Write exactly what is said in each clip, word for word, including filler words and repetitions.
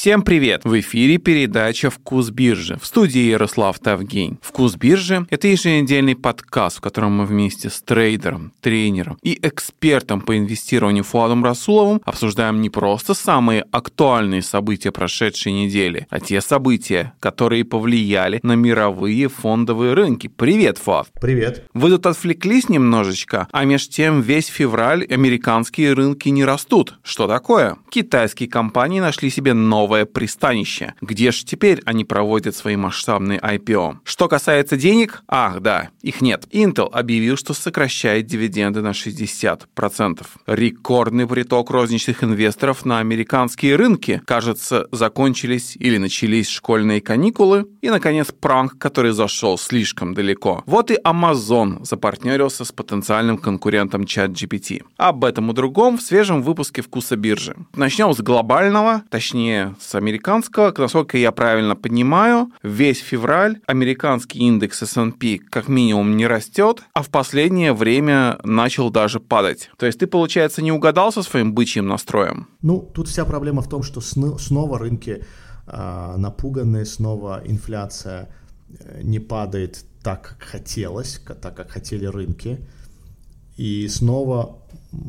Всем привет! В эфире передача «Вкус биржи». В студии Ярослав Тавгень. «Вкус биржи» — это еженедельный подкаст, в котором мы вместе с трейдером, тренером и экспертом по инвестированию Фуадом Расуловым обсуждаем не просто самые актуальные события прошедшей недели, а те события, которые повлияли на мировые фондовые рынки. Привет, Фуад! Привет! Вы тут отвлеклись немножечко, а меж тем весь февраль американские рынки не растут. Что такое? Китайские компании нашли себе новое новое пристанище. Где же теперь они проводят свои масштабные ай пи о? Что касается денег, ах да, их нет. Intel объявил, что сокращает дивиденды на шестьдесят процентов. Рекордный приток розничных инвесторов на американские рынки. Кажется, закончились или начались школьные каникулы. И, наконец, пранк, который зашел слишком далеко. Вот и Amazon запартнерился с потенциальным конкурентом чат джи пи ти. Об этом и другом в свежем выпуске «Вкуса биржи». Начнем с глобального, точнее, с американского. Насколько я правильно понимаю, весь февраль американский индекс эс энд пи как минимум не растет, а в последнее время начал даже падать. То есть ты, получается, не угадал со своим бычьим настроем? Ну, тут вся проблема в том, что сны, снова рынки э, напуганы, снова инфляция не падает так, как хотелось, так, как хотели рынки. И снова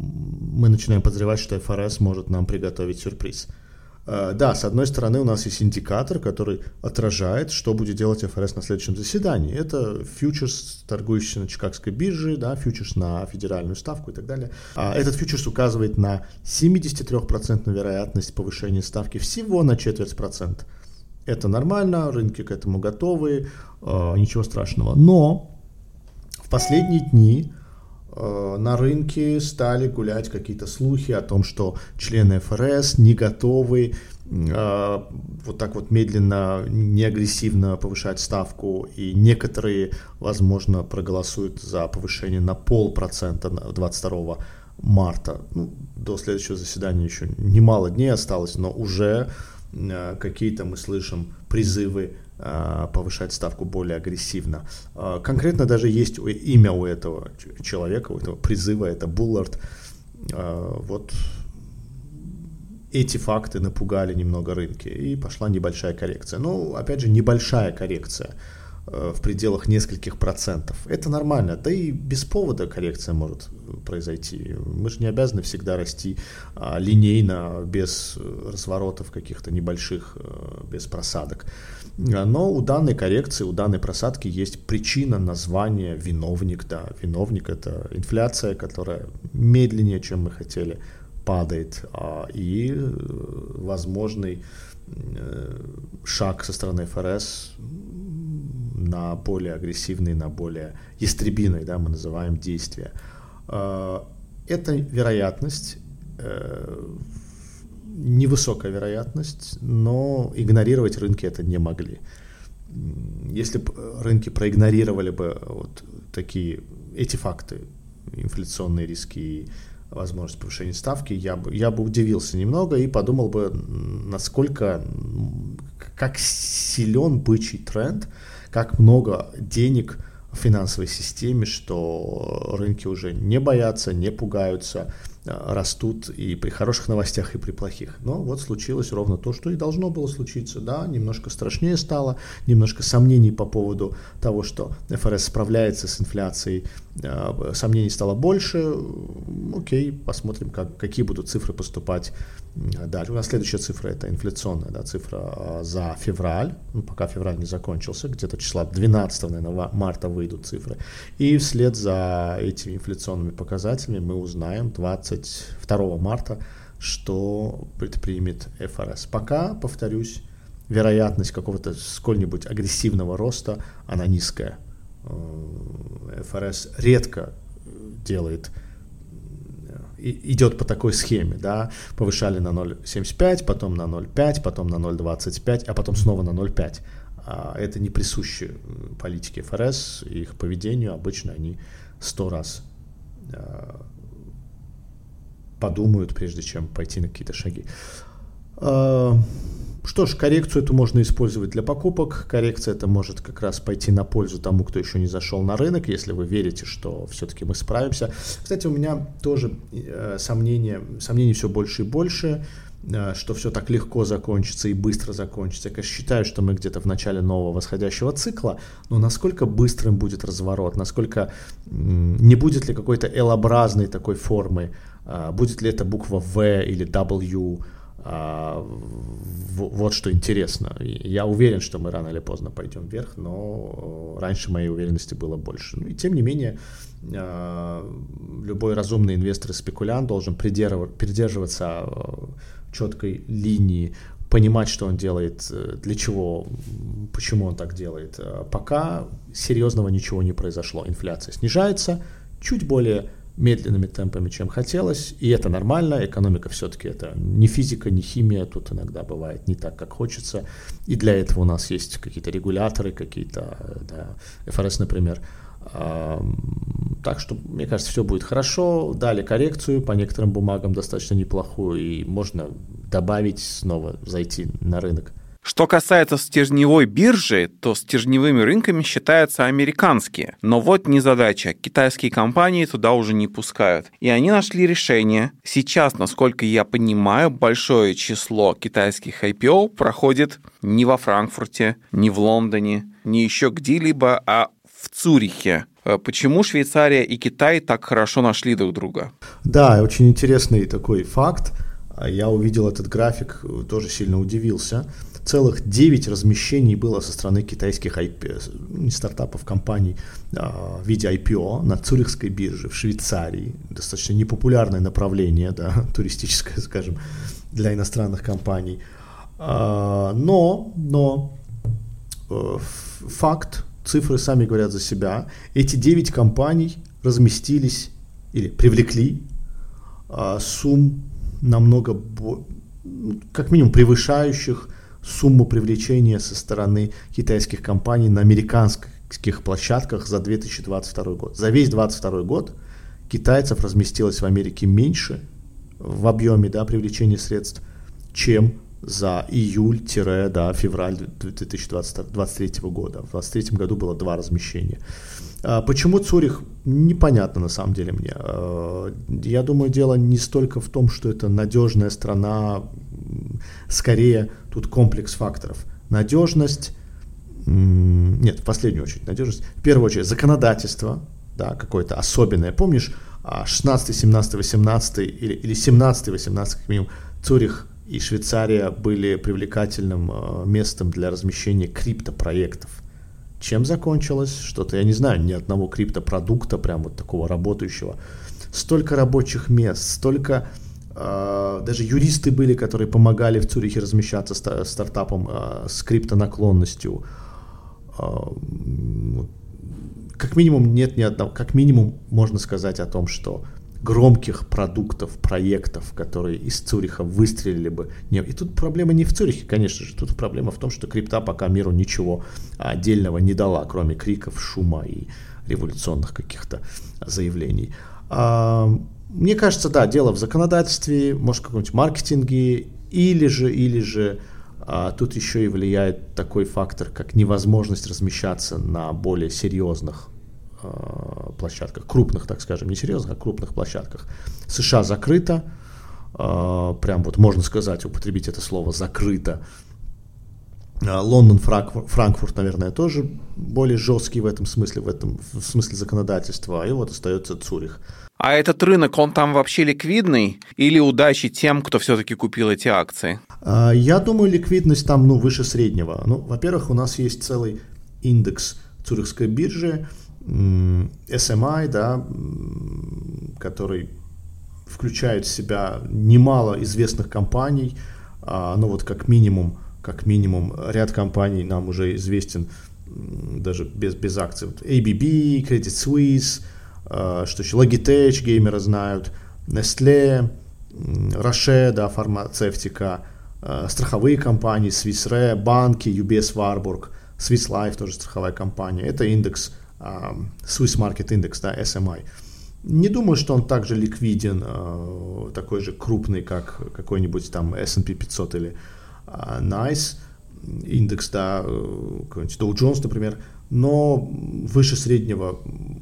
мы начинаем подозревать, что эф ар эс может нам приготовить сюрприз. Да, с одной стороны у нас есть индикатор, который отражает, что будет делать эф ар эс на следующем заседании. Это фьючерс, торгующийся на Чикагской бирже, да, фьючерс на федеральную ставку и так далее. Этот фьючерс указывает на семьдесят три процента вероятность повышения ставки всего на четверть процента. Это нормально, рынки к этому готовы, ничего страшного. Но в последние дни на рынке стали гулять какие-то слухи о том, что члены эф ар эс не готовы э, вот так вот медленно, неагрессивно повышать ставку, и некоторые, возможно, проголосуют за повышение на полпроцента двадцать второго марта. Ну, до следующего заседания еще немало дней осталось, но уже э, какие-то мы слышим призывы повышать ставку более агрессивно. Конкретно даже есть имя у этого человека, у этого призыва, это Буллард. Вот эти факты напугали немного рынки, и пошла небольшая коррекция. Ну, опять же, небольшая коррекция в пределах нескольких процентов. Это нормально, да и без повода коррекция может произойти. Мы же не обязаны всегда расти а, линейно, без разворотов каких-то небольших, а, без просадок. Но у данной коррекции, у данной просадки есть причина названия виновник. Да, виновник — это инфляция, которая медленнее, чем мы хотели, падает, а, и возможный э, шаг со стороны эф ар эс на более агрессивные, на более ястребиные, да, мы называем, действия. Это вероятность, невысокая вероятность, но игнорировать рынки это не могли. Если бы рынки проигнорировали бы вот такие, эти факты, инфляционные риски и возможность повышения ставки, я бы, я бы удивился немного и подумал бы, насколько, как силен бычий тренд, как много денег в финансовой системе, что рынки уже не боятся, не пугаются, растут и при хороших новостях, и при плохих. Но вот случилось ровно то, что и должно было случиться. Да, немножко страшнее стало, немножко сомнений по поводу того, что эф ар эс справляется с инфляцией, сомнений стало больше. Окей, посмотрим, как, какие будут цифры поступать дальше. У нас следующая цифра — это инфляционная, да, цифра за февраль, ну, пока февраль не закончился, где-то числа двенадцатого, наверное, марта выйдут цифры. И вслед за этими инфляционными показателями мы узнаем двадцать второго марта, что предпримет эф ар эс. Пока, повторюсь, вероятность какого-то сколь-нибудь агрессивного роста, она низкая. эф ар эс редко делает, идет по такой схеме, да, повышали на ноль целых семьдесят пять, потом на ноль целых пять, потом на ноль целых двадцать пять, а потом снова на ноль целых пять. Это не присуще политике эф ар эс, их поведению. Обычно они сто раз подумают, прежде чем пойти на какие-то шаги. Что ж, коррекцию эту можно использовать для покупок. Коррекция это может как раз пойти на пользу тому, кто еще не зашел на рынок, если вы верите, что все-таки мы справимся. Кстати, у меня тоже э, сомнения, сомнений все больше и больше. что все так легко закончится и быстро закончится. Я, конечно, считаю, что мы где-то в начале нового восходящего цикла, но насколько быстрым будет разворот, насколько не будет ли какой-то L-образной такой формы, будет ли это буква V или W, вот что интересно. Я уверен, что мы рано или поздно пойдем вверх, но раньше моей уверенности было больше. Ну и тем не менее, любой разумный инвестор и спекулянт должен придерживаться четкой линии, понимать, что он делает, для чего, почему он так делает. Пока серьезного ничего не произошло. Инфляция снижается чуть более медленными темпами, чем хотелось, и это нормально. Экономика все-таки это не физика, не химия, тут иногда бывает не так, как хочется, и для этого у нас есть какие-то регуляторы, какие-то, да, эф эр эс, например. Так что, мне кажется, все будет хорошо. Дали коррекцию по некоторым бумагам достаточно неплохую, и можно добавить, снова зайти на рынок. Что касается стержневой биржи, то стержневыми рынками считаются американские. Но вот незадача. Китайские компании туда уже не пускают. И они нашли решение. Сейчас, насколько я понимаю, большое число китайских ай пи о проходит не во Франкфурте, не в Лондоне, не еще где-либо, а в Цюрихе. Почему Швейцария и Китай так хорошо нашли друг друга? Да, очень интересный такой факт. Я увидел этот график, тоже сильно удивился. Целых девять размещений было со стороны китайских ай пи о, стартапов, компаний в виде ай пи о на Цюрихской бирже в Швейцарии. Достаточно непопулярное направление, да, туристическое, скажем, для иностранных компаний. Но, но факт, цифры сами говорят за себя. Эти девять компаний разместились или привлекли сумм намного, как минимум, превышающих сумму привлечения со стороны китайских компаний на американских площадках за две тысячи двадцать второй год. За весь двадцать второй год китайцев разместилось в Америке меньше в объеме, да, привлечения средств, чем за июль-февраль две тысячи двадцать третьего года. В две тысячи двадцать третьем году было два размещения. Почему Цюрих, непонятно на самом деле мне. Я думаю, дело не столько в том, что это надежная страна, скорее тут комплекс факторов. Надежность, нет, в последнюю очередь надежность, в первую очередь законодательство, да, какое-то особенное. Помнишь, шестнадцатый, семнадцатый, восемнадцатый или, или семнадцатый, восемнадцатый, как минимум, Цюрих и Швейцария были привлекательным местом для размещения криптопроектов. Чем закончилось? Что-то, я не знаю, ни одного криптопродукта, прям вот такого работающего. Столько рабочих мест, столько, э, даже юристы были, которые помогали в Цюрихе размещаться ста- стартапом э, с криптонаклонностью. Э, как минимум нет ни одного, как минимум можно сказать о том, что громких продуктов, проектов, которые из Цюриха выстрелили бы. Нет. И тут проблема не в Цюрихе, конечно же. Тут проблема в том, что крипта пока миру ничего отдельного не дала, кроме криков, шума и революционных каких-то заявлений. А, мне кажется, да, дело в законодательстве, может, в каком-нибудь маркетинге, или же, или же а, тут еще и влияет такой фактор, как невозможность размещаться на более серьезных площадках, крупных, так скажем, не серьезных, а крупных площадках. США закрыто, прям вот можно сказать, употребить это слово закрыто. Лондон, Франкфурт, Франкфурт, наверное, тоже более жесткий в этом смысле, в этом в смысле законодательства, и вот остается Цюрих. А этот рынок, он там вообще ликвидный или удачи тем, кто все-таки купил эти акции? Я думаю, ликвидность там, ну, выше среднего. Ну, во-первых, у нас есть целый индекс Цюрихской биржи, эс эм ай, да, который включает в себя немало известных компаний, ну вот как минимум, как минимум ряд компаний нам уже известен даже без, без акций. Вот эй би би, Credit Suisse, что еще, Logitech геймеры знают, Nestlé, Roche, да, фармацевтика, страховые компании, Swiss Re, банки, ю би эс Warburg, Swiss Life, тоже страховая компания. Это индекс Swiss Market Index, да, эс эм ай. Не думаю, что он также ликвиден, такой же крупный, как какой-нибудь там эс энд пи пятьсот или Nice индекс, да, какой-нибудь Dow Jones, например, но выше среднего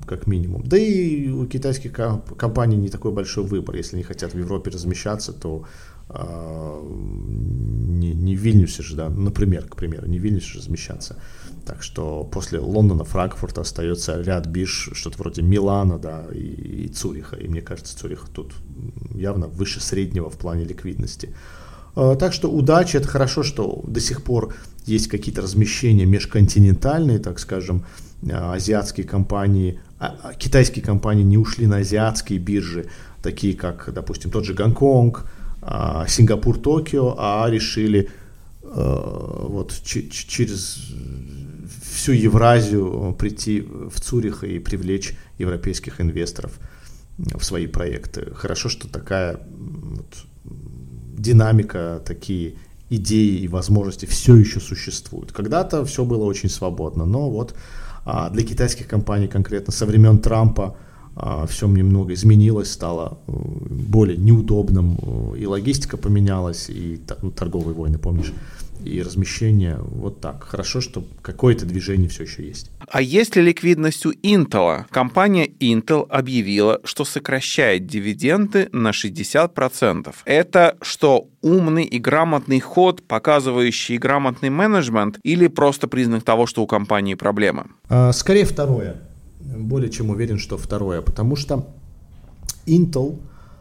как минимум. Да и у китайских компаний не такой большой выбор. Если они хотят в Европе размещаться, то э, не, не в Вильнюсе же, да, например, к примеру, не в Вильнюсе же размещаться. Так что после Лондона, Франкфурта остается ряд бирж, что-то вроде Милана, да, и, и Цюриха. И мне кажется, Цюрих тут явно выше среднего в плане ликвидности. Так что удача, это хорошо, что до сих пор есть какие-то размещения межконтинентальные, так скажем, азиатские компании, китайские компании не ушли на азиатские биржи, такие как, допустим, тот же Гонконг, Сингапур, Токио, а решили вот через всю Евразию прийти в Цюрих и привлечь европейских инвесторов в свои проекты. Хорошо, что такая вот динамика, такие идеи и возможности все еще существуют. Когда-то все было очень свободно, но вот а, для китайских компаний конкретно со времен Трампа а, все немного изменилось, стало а, более неудобным, а, и логистика поменялась, и ну, торговые войны, помнишь, и размещение. Вот так. Хорошо, что какое-то движение все еще есть. А есть ли ликвидность у Intel? Компания Intel объявила, что сокращает дивиденды на шестьдесят процентов. Это что, умный и грамотный ход, показывающий грамотный менеджмент, или просто признак того, что у компании проблемы? А, скорее второе. Более чем уверен, что второе. Потому что Intel,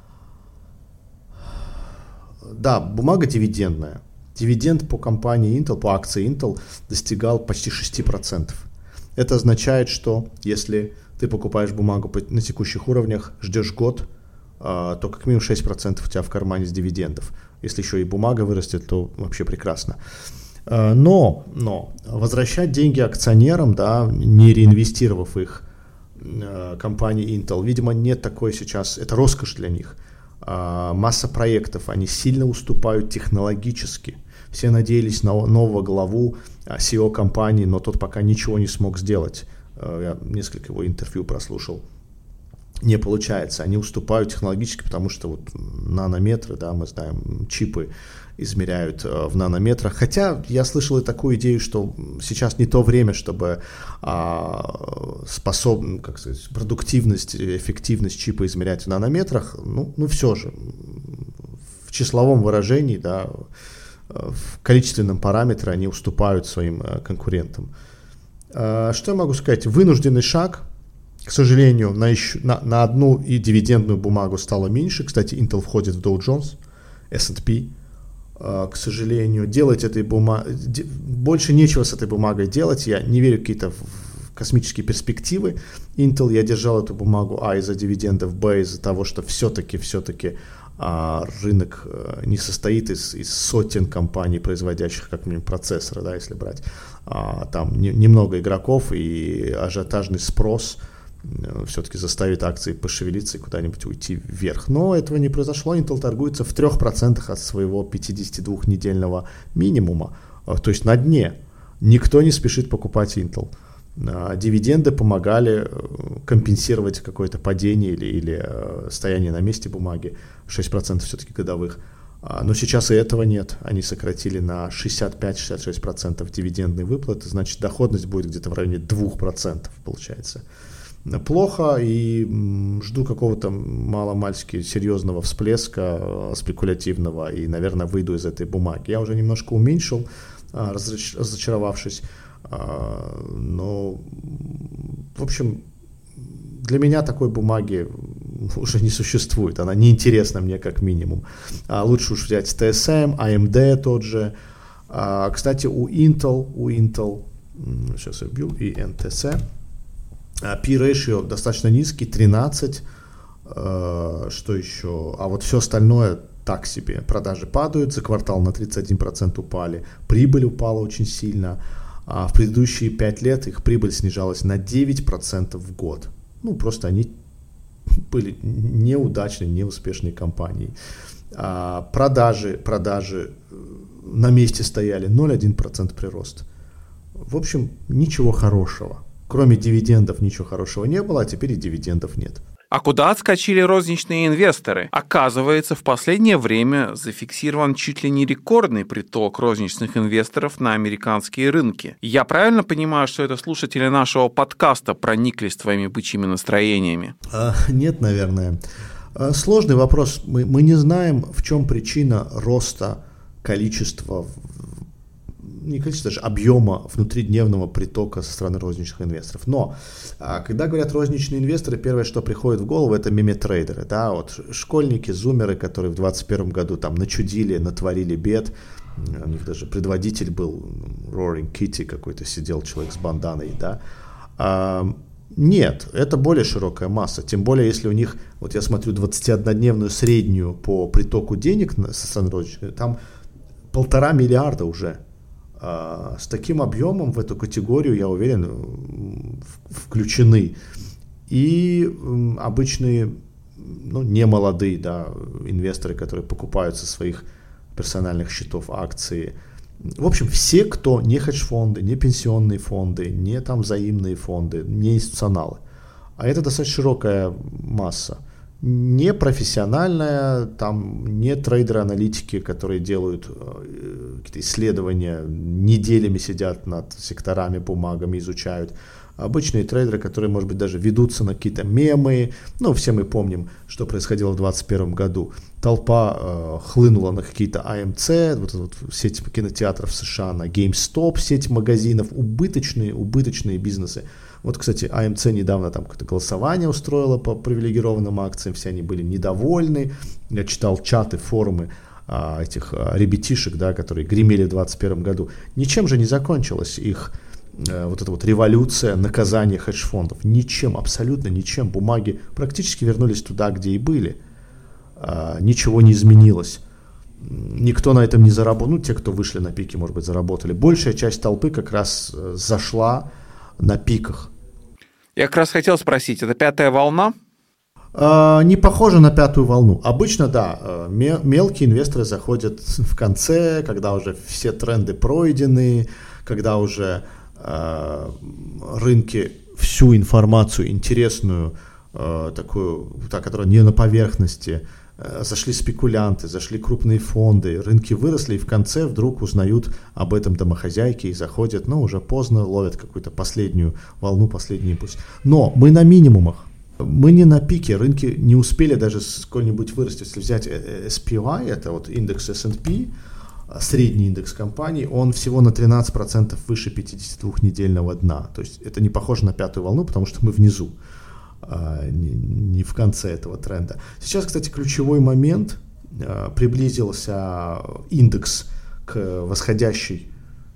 да, бумага дивидендная. Дивиденд по компании Intel, по акции Intel достигал почти шесть процентов. Это означает, что если ты покупаешь бумагу на текущих уровнях, ждешь год, то как минимум шесть процентов у тебя в кармане с дивидендов. Если еще и бумага вырастет, то вообще прекрасно. Но, но возвращать деньги акционерам, да, не реинвестировав их компании Intel, видимо, нет такой сейчас, это роскошь для них. Масса проектов, они сильно уступают технологически. Все надеялись на нового главу си и о компании, но тот пока ничего не смог сделать. Я несколько его интервью прослушал. Не получается. Они уступают технологически, потому что вот нанометры, да, мы знаем, чипы измеряют в нанометрах. Хотя я слышал и такую идею, что сейчас не то время, чтобы а, способ, как сказать, продуктивность, эффективность чипа измерять в нанометрах. Ну, ну все же, в числовом выражении, да, в количественном параметре они уступают своим конкурентам. А, что я могу сказать? Вынужденный шаг. К сожалению, на, еще, на, на одну и дивидендную бумагу стало меньше. Кстати, Intel входит в Dow Jones, эс энд пи. Uh, к сожалению, делать этой бумагой, больше нечего с этой бумагой делать. Я не верю в какие-то космические перспективы. Intel, я держал эту бумагу а из-за дивидендов, б из-за того, что все-таки, все-таки uh, рынок uh, не состоит из, из сотен компаний, производящих как минимум процессоры, да, если брать. Uh, там не, немного игроков и ажиотажный спрос все-таки заставит акции пошевелиться и куда-нибудь уйти вверх. Но этого не произошло. Intel торгуется в трех процентах от своего пятидесятидвухнедельного минимума, то есть на дне. Никто не спешит покупать Intel. Дивиденды помогали компенсировать какое-то падение или, или стояние на месте бумаги, шесть процентов все-таки годовых. Но сейчас и этого нет. Они сократили на шестьдесят пять - шестьдесят шесть процентов дивидендные выплаты, значит доходность будет где-то в районе два процента получается. Плохо, и жду какого-то маломальски серьезного всплеска спекулятивного, и, наверное, выйду из этой бумаги. Я уже немножко уменьшил, разочаровавшись, но, в общем, для меня такой бумаги уже не существует, она неинтересна мне как минимум. Лучше уж взять ти эс эм, эй эм ди тот же. Кстати, у Intel, у Intel, сейчас я вбью, и эн ти си, P-ratio достаточно низкий, тринадцать, э, что еще, а вот все остальное так себе, продажи падают, за квартал на тридцать один процент упали, прибыль упала очень сильно, а в предыдущие пять лет их прибыль снижалась на девять процентов в год, ну просто они были неудачной, неуспешной компанией. А продажи, продажи на месте стояли, ноль целых одна десятая процента прирост, в общем ничего хорошего. Кроме дивидендов ничего хорошего не было, а теперь и дивидендов нет. А куда отскочили розничные инвесторы? Оказывается, в последнее время зафиксирован чуть ли не рекордный приток розничных инвесторов на американские рынки. Я правильно понимаю, что это слушатели нашего подкаста прониклись твоими бычьими настроениями? А, нет, наверное. А, сложный вопрос. Мы, мы не знаем, в чем причина роста количества, не количество, даже объема внутридневного притока со стороны розничных инвесторов. Но, когда говорят розничные инвесторы, первое, что приходит в голову, это меме-трейдеры. Да? Вот школьники, зумеры, которые в двадцать первом году там начудили, натворили бед. У них даже предводитель был, Roaring Kitty какой-то, сидел человек с банданой. Да? А, нет, это более широкая масса. Тем более, если у них, вот я смотрю двадцатиоднодневную среднюю по притоку денег со стороны розничных, там полтора миллиарда уже. С таким объемом в эту категорию, я уверен, включены и обычные, ну, не молодые, да, инвесторы, которые покупают со своих персональных счетов акции. В общем, все, кто не хедж-фонды, не пенсионные фонды, не там взаимные фонды, не институционалы. А это достаточно широкая масса. Не профессиональная, там не трейдеры-аналитики, которые делают э, какие-то исследования, неделями сидят над секторами, бумагами, изучают. Обычные трейдеры, которые, может быть, даже ведутся на какие-то мемы. Ну, все мы помним, что происходило в двадцать первом году. Толпа э, хлынула на какие-то эй эм си, вот, вот сеть кинотеатров в США, на GameStop, сеть магазинов, убыточные, убыточные бизнесы. Вот, кстати, эй эм си недавно там какое-то голосование устроило по привилегированным акциям, все они были недовольны. Я читал чаты, форумы а, этих а, ребятишек, да, которые гремели в двадцать первом году. Ничем же не закончилась их а, вот эта вот революция наказания хедж-фондов. Ничем, абсолютно ничем. Бумаги практически вернулись туда, где и были. А, ничего не изменилось. Никто на этом не заработал. Ну, те, кто вышли на пике, может быть, заработали. Большая часть толпы как раз а, зашла на пиках. Я как раз хотел спросить, это пятая волна? А, не похоже на пятую волну. Обычно, да, мелкие инвесторы заходят в конце, когда уже все тренды пройдены, когда уже а, рынки всю информацию интересную, а, такую, та, которая не на поверхности, зашли спекулянты, зашли крупные фонды, рынки выросли, и в конце вдруг узнают об этом домохозяйки и заходят, но уже поздно, ловят какую-то последнюю волну, последний импульс. Но мы на минимумах, мы не на пике, рынки не успели даже сколь-нибудь вырасти. Если взять эс пи уай, это вот индекс эс энд пи, средний индекс компаний, он всего на тринадцать процентов выше пятидесятидвухнедельного дна. То есть это не похоже на пятую волну, потому что мы внизу. Не в конце этого тренда. Сейчас, кстати, ключевой момент. Приблизился индекс к восходящей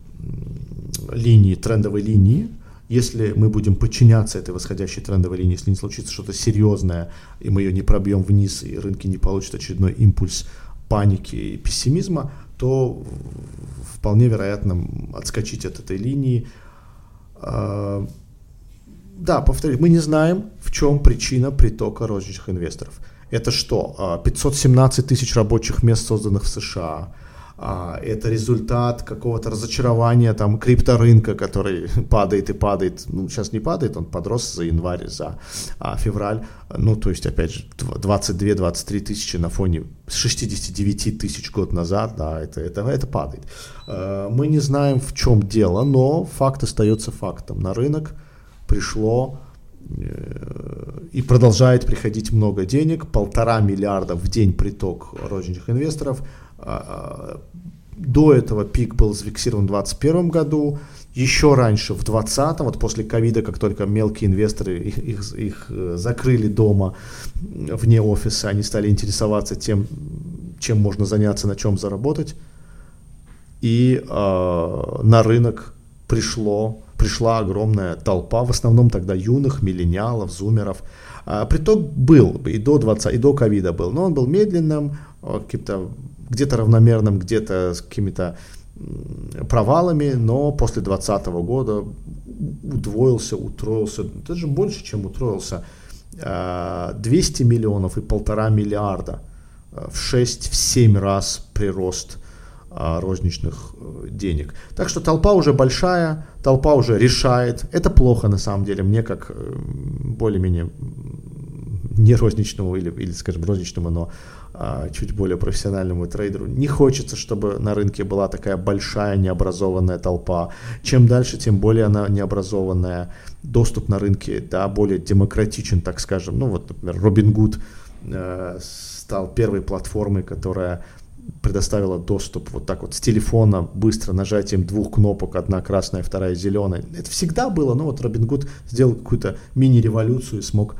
линии, трендовой линии. Если мы будем подчиняться этой восходящей трендовой линии, если не случится что-то серьезное, и мы ее не пробьем вниз, и рынки не получат очередной импульс паники и пессимизма, то вполне вероятно отскочить от этой линии. Да, повторюсь, мы не знаем, в чем причина притока розничных инвесторов. Это что? пятьсот семнадцать тысяч рабочих мест, созданных в США. Это результат какого-то разочарования там крипторынка, который падает и падает. Ну, сейчас не падает, он подрос за январь, за а, февраль. Ну, то есть, опять же, двадцать две - двадцать три тысячи на фоне шестьдесят девять тысяч год назад, да, это, это, это падает. Мы не знаем, в чем дело, но факт остается фактом. На рынок пришло э, и продолжает приходить много денег, полтора миллиарда в день приток розничных инвесторов. А, до этого пик был зафиксирован в двадцать первом году, еще раньше в двадцатом, вот после ковида, как только мелкие инвесторы их, их, их закрыли дома вне офиса, они стали интересоваться тем, чем можно заняться, на чем заработать, и э, на рынок пришло пришла огромная толпа, в основном тогда юных, миллениалов, зумеров. А, приток был и до двадцатого, и до ковида был, но он был медленным, каким-то, где-то равномерным, где-то с какими-то провалами, но после двадцатого года удвоился, утроился, даже больше, чем утроился, двести миллионов и полтора миллиарда, в шесть-семь раз прирост розничных денег. Так что толпа уже большая, толпа уже решает. Это плохо на самом деле. Мне как более-менее не розничному или, или, скажем, розничному, но а, чуть более профессиональному трейдеру не хочется, чтобы на рынке была такая большая необразованная толпа. Чем дальше, тем более она необразованная. Доступ на рынке, да, более демократичен, так скажем. Ну вот, например, Robinhood э, стал первой платформой, которая предоставила доступ вот так вот с телефона, быстро нажатием двух кнопок, одна красная, вторая зеленая. Это всегда было, но вот Robinhood сделал какую-то мини-революцию и смог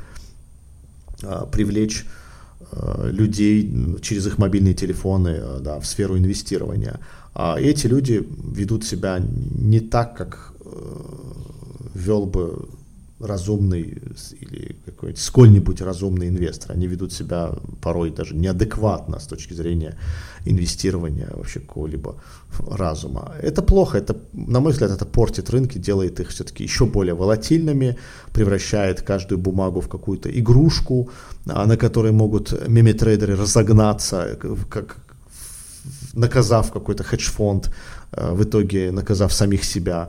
э, привлечь э, людей через их мобильные телефоны э, да, в сферу инвестирования. А эти люди ведут себя не так, как э, вел бы разумный или какой-то сколь-нибудь разумный инвестор. Они ведут себя порой даже неадекватно с точки зрения инвестирования вообще какого-либо разума. Это плохо, это, на мой взгляд, это портит рынки, делает их все-таки еще более волатильными, превращает каждую бумагу в какую-то игрушку, на которой могут меме-трейдеры разогнаться, как наказав какой-то хедж-фонд, в итоге наказав самих себя.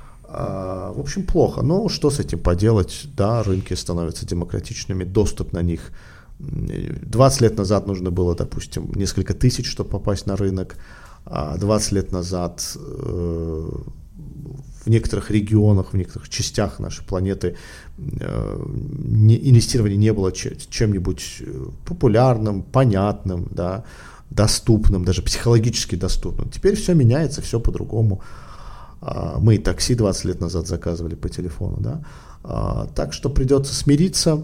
В общем, плохо. Но что с этим поделать? Да, рынки становятся демократичными, доступ на них. двадцать лет назад нужно было, допустим, несколько тысяч, чтобы попасть на рынок. А двадцать лет назад э, в некоторых регионах, в некоторых частях нашей планеты э, не, инвестирование не было чем-нибудь популярным, понятным, да, доступным, даже психологически доступным. Теперь все меняется, все по-другому. Мы и такси двадцать лет назад заказывали по телефону, да. Так что придется смириться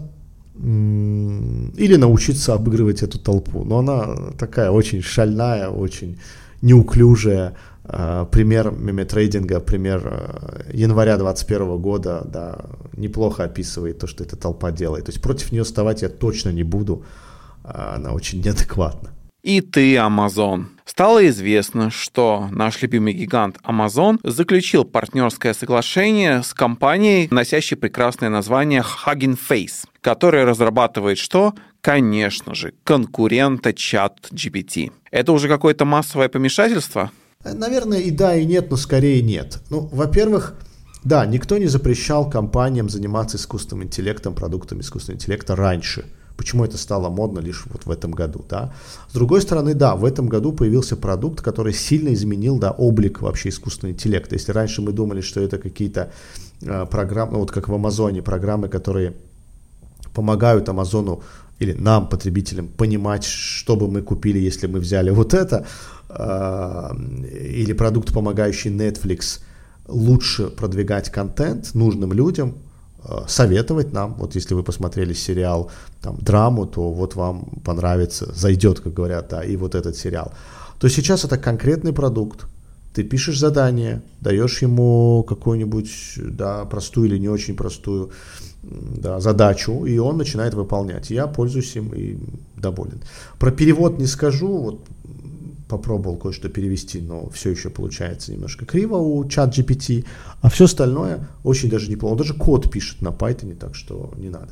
или научиться обыгрывать эту толпу. Но она такая очень шальная, очень неуклюжая. Пример меме-трейдинга, пример января двадцать первого года, да, неплохо описывает то, что эта толпа делает. То есть против нее вставать я точно не буду. Она очень неадекватна. И ты, Amazon. Стало известно, что наш любимый гигант Amazon заключил партнерское соглашение с компанией, носящей прекрасное название Hugging Face, которая разрабатывает что? Конечно же, конкурента ChatGPT. Это уже какое-то массовое помешательство? Наверное, и да, и нет, но скорее нет. Ну, во-первых, да, никто не запрещал компаниям заниматься искусственным интеллектом, продуктами искусственного интеллекта раньше. Почему это стало модно лишь вот в этом году, да? С другой стороны, да, в этом году появился продукт, который сильно изменил, да, облик вообще искусственного интеллекта. Если раньше мы думали, что это какие-то э, программы, ну, вот как в Амазоне, программы, которые помогают Амазону или нам, потребителям, понимать, что бы мы купили, если мы взяли вот это, э, или продукт, помогающий Netflix лучше продвигать контент нужным людям, советовать нам, вот если вы посмотрели сериал, там, драму, то вот вам понравится, зайдет, как говорят, да, и вот этот сериал. То сейчас это конкретный продукт, ты пишешь задание, даешь ему какую-нибудь, да, простую или не очень простую, да, задачу, и он начинает выполнять. Я пользуюсь им и доволен. Про перевод не скажу, вот попробовал кое-что перевести, но все еще получается немножко криво у ChatGPT, а все остальное очень даже неплохо. Он даже код пишет на Python, так что не надо.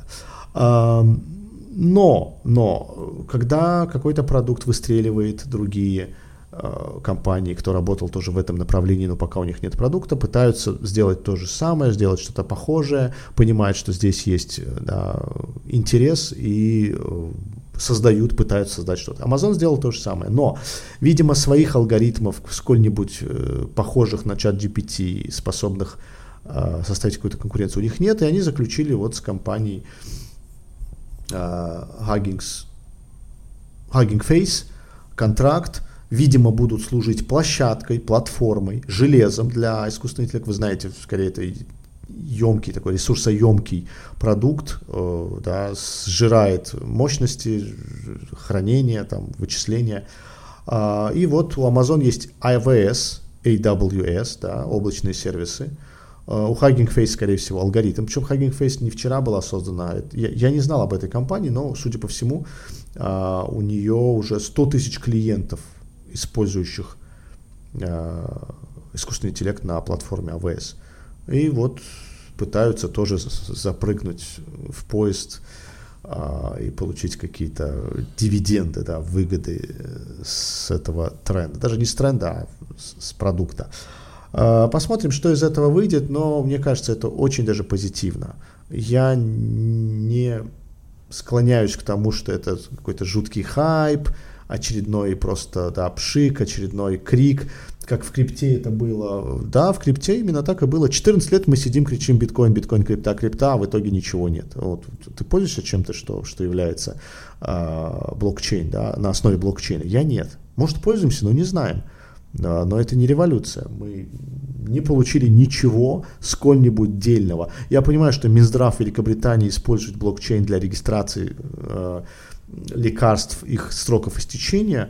Но, но когда какой-то продукт выстреливает, другие компании, кто работал тоже в этом направлении, но пока у них нет продукта, пытаются сделать то же самое, сделать что-то похожее, понимают, что здесь есть, да, интерес и создают, пытаются создать что-то. Amazon сделал то же самое, но, видимо, своих алгоритмов, сколь-нибудь э, похожих на ChatGPT, способных э, составить какую-то конкуренцию, у них нет, и они заключили вот с компанией э, Hugging, Hugging Face контракт. Видимо, будут служить площадкой, платформой, железом для искусственного интеллекта. Вы знаете, скорее, это емкий, такой ресурсоемкий продукт, э, да, сжирает мощности, хранения, там, вычисления. А, и вот у Amazon есть эй ви эс, эй дабл ю эс, да, облачные сервисы. А, у Hugging Face, скорее всего, алгоритм. Причем Hugging Face не вчера была создана. Я, я не знал об этой компании, но, судя по всему, а, у нее уже сто тысяч клиентов, использующих а, искусственный интеллект на платформе эй ви эс. И вот пытаются тоже запрыгнуть в поезд а, и получить какие-то дивиденды, да, выгоды с этого тренда. Даже не с тренда, а с, с продукта. А, посмотрим, что из этого выйдет, но мне кажется, это очень даже позитивно. Я не склоняюсь к тому, что это какой-то жуткий хайп, очередной просто, да, пшик, очередной крик, как в крипте это было. Да, в крипте именно так и было. четырнадцать лет мы сидим, кричим биткоин, биткоин, крипта, крипта, а в итоге ничего нет. Вот. Ты пользуешься чем-то, что, что является э, блокчейн, да, на основе блокчейна? Я нет. Может, пользуемся, но не знаем. Да, но это не революция. Мы не получили ничего сколь-нибудь дельного. Я понимаю, что Минздрав Великобритании использует блокчейн для регистрации э, лекарств, их сроков истечения.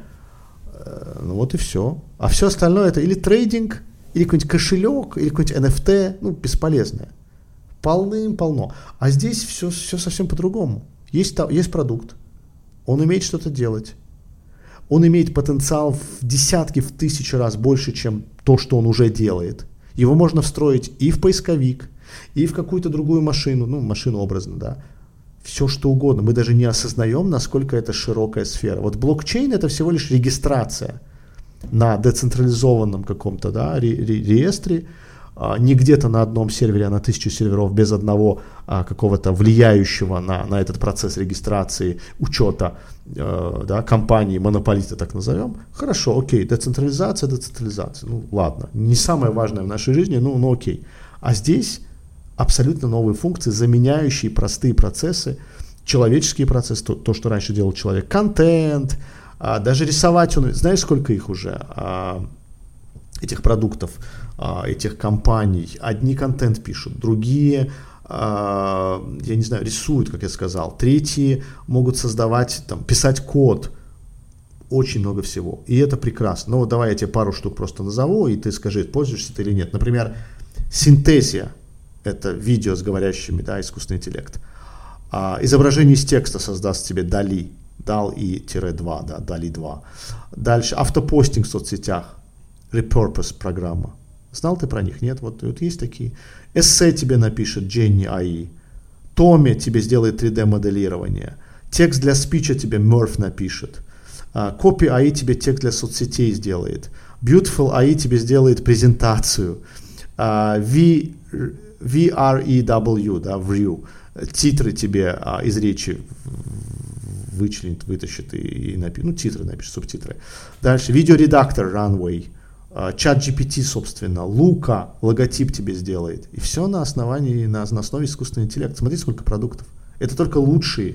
Э, ну вот и все. А все остальное это или трейдинг, или какой-нибудь кошелек, или какой-нибудь эн эф ти, ну, бесполезное. Полным-полно. А здесь все, все совсем по-другому. Есть, есть продукт, он умеет что-то делать. Он имеет потенциал в десятки, в тысячи раз больше, чем то, что он уже делает. Его можно встроить и в поисковик, и в какую-то другую машину, ну, машину образно, да. Все что угодно. Мы даже не осознаем, насколько это широкая сфера. Вот блокчейн — это всего лишь регистрация на децентрализованном каком-то, да, ре- ре- реестре, а, не где-то на одном сервере, а на тысячу серверов без одного а, какого-то влияющего на, на этот процесс регистрации, учета, э, да, компании, монополиста, так назовем. Хорошо, окей, децентрализация, децентрализация. Ну ладно, не самое важное в нашей жизни, ну, ну окей. А здесь абсолютно новые функции, заменяющие простые процессы, человеческие процессы, то, то что раньше делал человек, контент, а, даже рисовать он, знаешь, сколько их уже, а, этих продуктов, а, этих компаний. Одни контент пишут, другие, а, я не знаю, рисуют, как я сказал, третьи могут создавать, там, писать код, очень много всего, и это прекрасно. Ну вот давай я тебе пару штук просто назову, и ты скажи, пользуешься ты или нет. Например, Synthesia. Это видео с говорящими, да, искусственный интеллект. А, изображение из текста создаст тебе Дали, Дал-И-два, да, Дали два. Дальше автопостинг в соцсетях, Repurpose программа. Знал ты про них? Нет? Вот, вот есть такие. Эссе тебе напишет Jenny эй ай. Томи тебе сделает три дэ моделирование. Текст для спича тебе Murph напишет. Copy эй ай тебе текст для соцсетей сделает. Beautiful эй ай тебе сделает презентацию. Uh, v, VREW, да, View, титры тебе а, из речи вычленит, вытащит и, и напишет, ну, титры напишет, субтитры. Дальше, видеоредактор Runway, а, чат джи пи ти, собственно, Лука, логотип тебе сделает. И все на основании, на, на основе искусственного интеллекта. Смотри, сколько продуктов. Это только лучшие.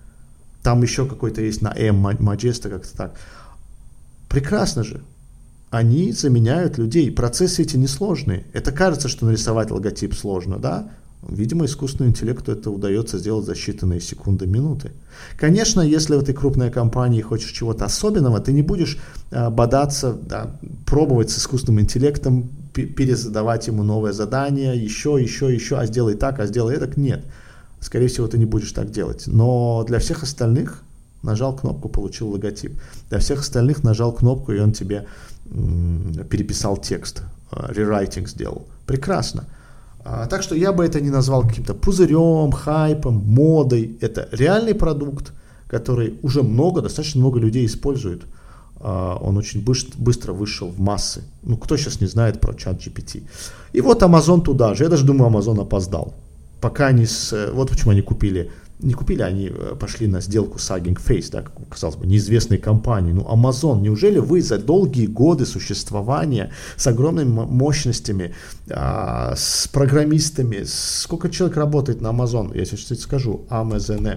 Там еще какой-то есть на M, Magesta, как-то так. Прекрасно же. Они заменяют людей. Процессы эти несложные. Это кажется, что нарисовать логотип сложно, да? Видимо, искусственному интеллекту это удается сделать за считанные секунды, минуты. Конечно, если в этой крупной компании хочешь чего-то особенного, ты не будешь а, бодаться, да, пробовать с искусственным интеллектом, п- перезадавать ему новое задание, еще, еще, еще, а сделай так, а сделай так. Нет. Скорее всего, ты не будешь так делать. Но для всех остальных нажал кнопку, получил логотип. Для всех остальных нажал кнопку, и он тебе переписал текст, рерайтинг сделал. Прекрасно. А, так что я бы это не назвал каким-то пузырем, хайпом, модой. Это реальный продукт, который уже много, достаточно много людей используют. А, он очень быстро, быстро вышел в массы. Ну, кто сейчас не знает про чат джи пи ти. И вот Amazon туда же. Я даже думаю, Amazon опоздал. Пока они с... Вот почему они купили... Не купили, они пошли на сделку с Hugging Face, да, как казалось бы, неизвестной компании. Ну, Amazon, неужели вы за долгие годы существования с огромными мощностями, а, с программистами, сколько человек работает на Amazon? Я сейчас скажу, Amazon.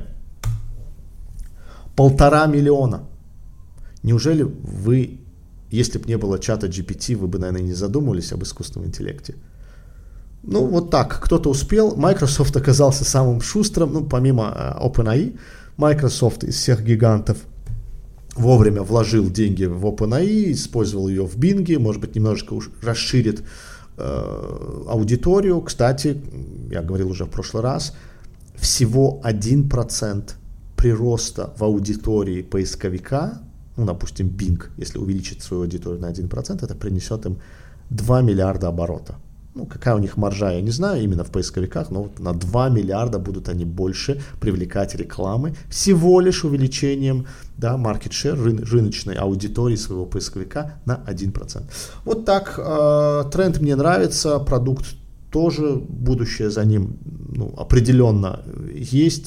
Полтора миллиона. Неужели вы, если бы не было чата джи пи ти, вы бы, наверное, не задумывались об искусственном интеллекте? Ну, вот так, кто-то успел, Microsoft оказался самым шустрым, ну, помимо uh, OpenAI, Microsoft из всех гигантов вовремя вложил деньги в OpenAI, использовал ее в Bing, может быть, немножечко уж расширит uh, аудиторию. Кстати, я говорил уже в прошлый раз, всего один процент прироста в аудитории поисковика, ну, допустим, Bing, если увеличить свою аудиторию на один процент, это принесет им два миллиарда оборота. Ну, какая у них маржа, я не знаю, именно в поисковиках, но вот на два миллиарда будут они больше привлекать рекламы всего лишь увеличением, да, market share, ры, рыночной аудитории своего поисковика на один процент. Вот так, э, тренд мне нравится, продукт тоже, будущее за ним, ну, определенно есть.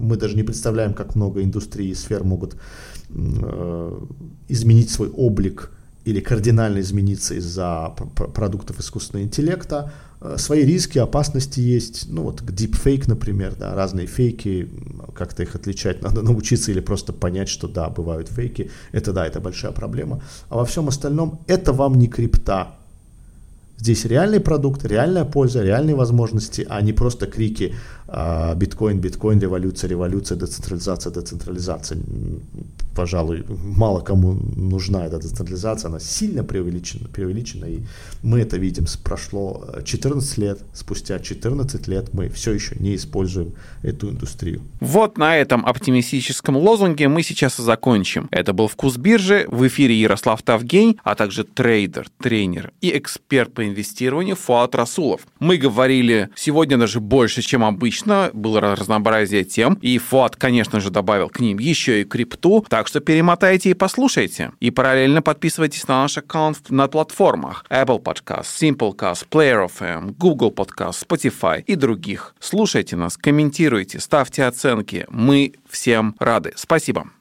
мы даже не представляем, как много индустрий и сфер могут э, изменить свой облик или кардинально измениться из-за продуктов искусственного интеллекта. Свои риски, опасности есть. Ну вот deepfake, например, да, разные фейки, как-то их отличать надо научиться или просто понять, что да, бывают фейки. Это да, это большая проблема. А во всем остальном это вам не крипта. Здесь реальный продукт, реальная польза, реальные возможности, а не просто крики биткоин, биткоин, революция, революция, децентрализация, децентрализация. Пожалуй, мало кому нужна эта децентрализация, она сильно преувеличена, преувеличена, и мы это видим. Прошло четырнадцать лет, спустя четырнадцать лет мы все еще не используем эту индустрию. Вот на этом оптимистическом лозунге мы сейчас и закончим. Это был «Вкус биржи», в эфире Ярослав Тавгень, а также трейдер, тренер и эксперт по инвестированию Фуат Расулов. Мы говорили сегодня даже больше, чем обычно, было разнообразие тем, и Фуат, конечно же, добавил к ним еще и крипту, так что перемотайте и послушайте. И параллельно подписывайтесь на наш аккаунт на платформах Apple Podcast, Simplecast, Player эф эм, Google Podcast, Spotify и других. Слушайте нас, комментируйте, ставьте оценки. Мы всем рады. Спасибо.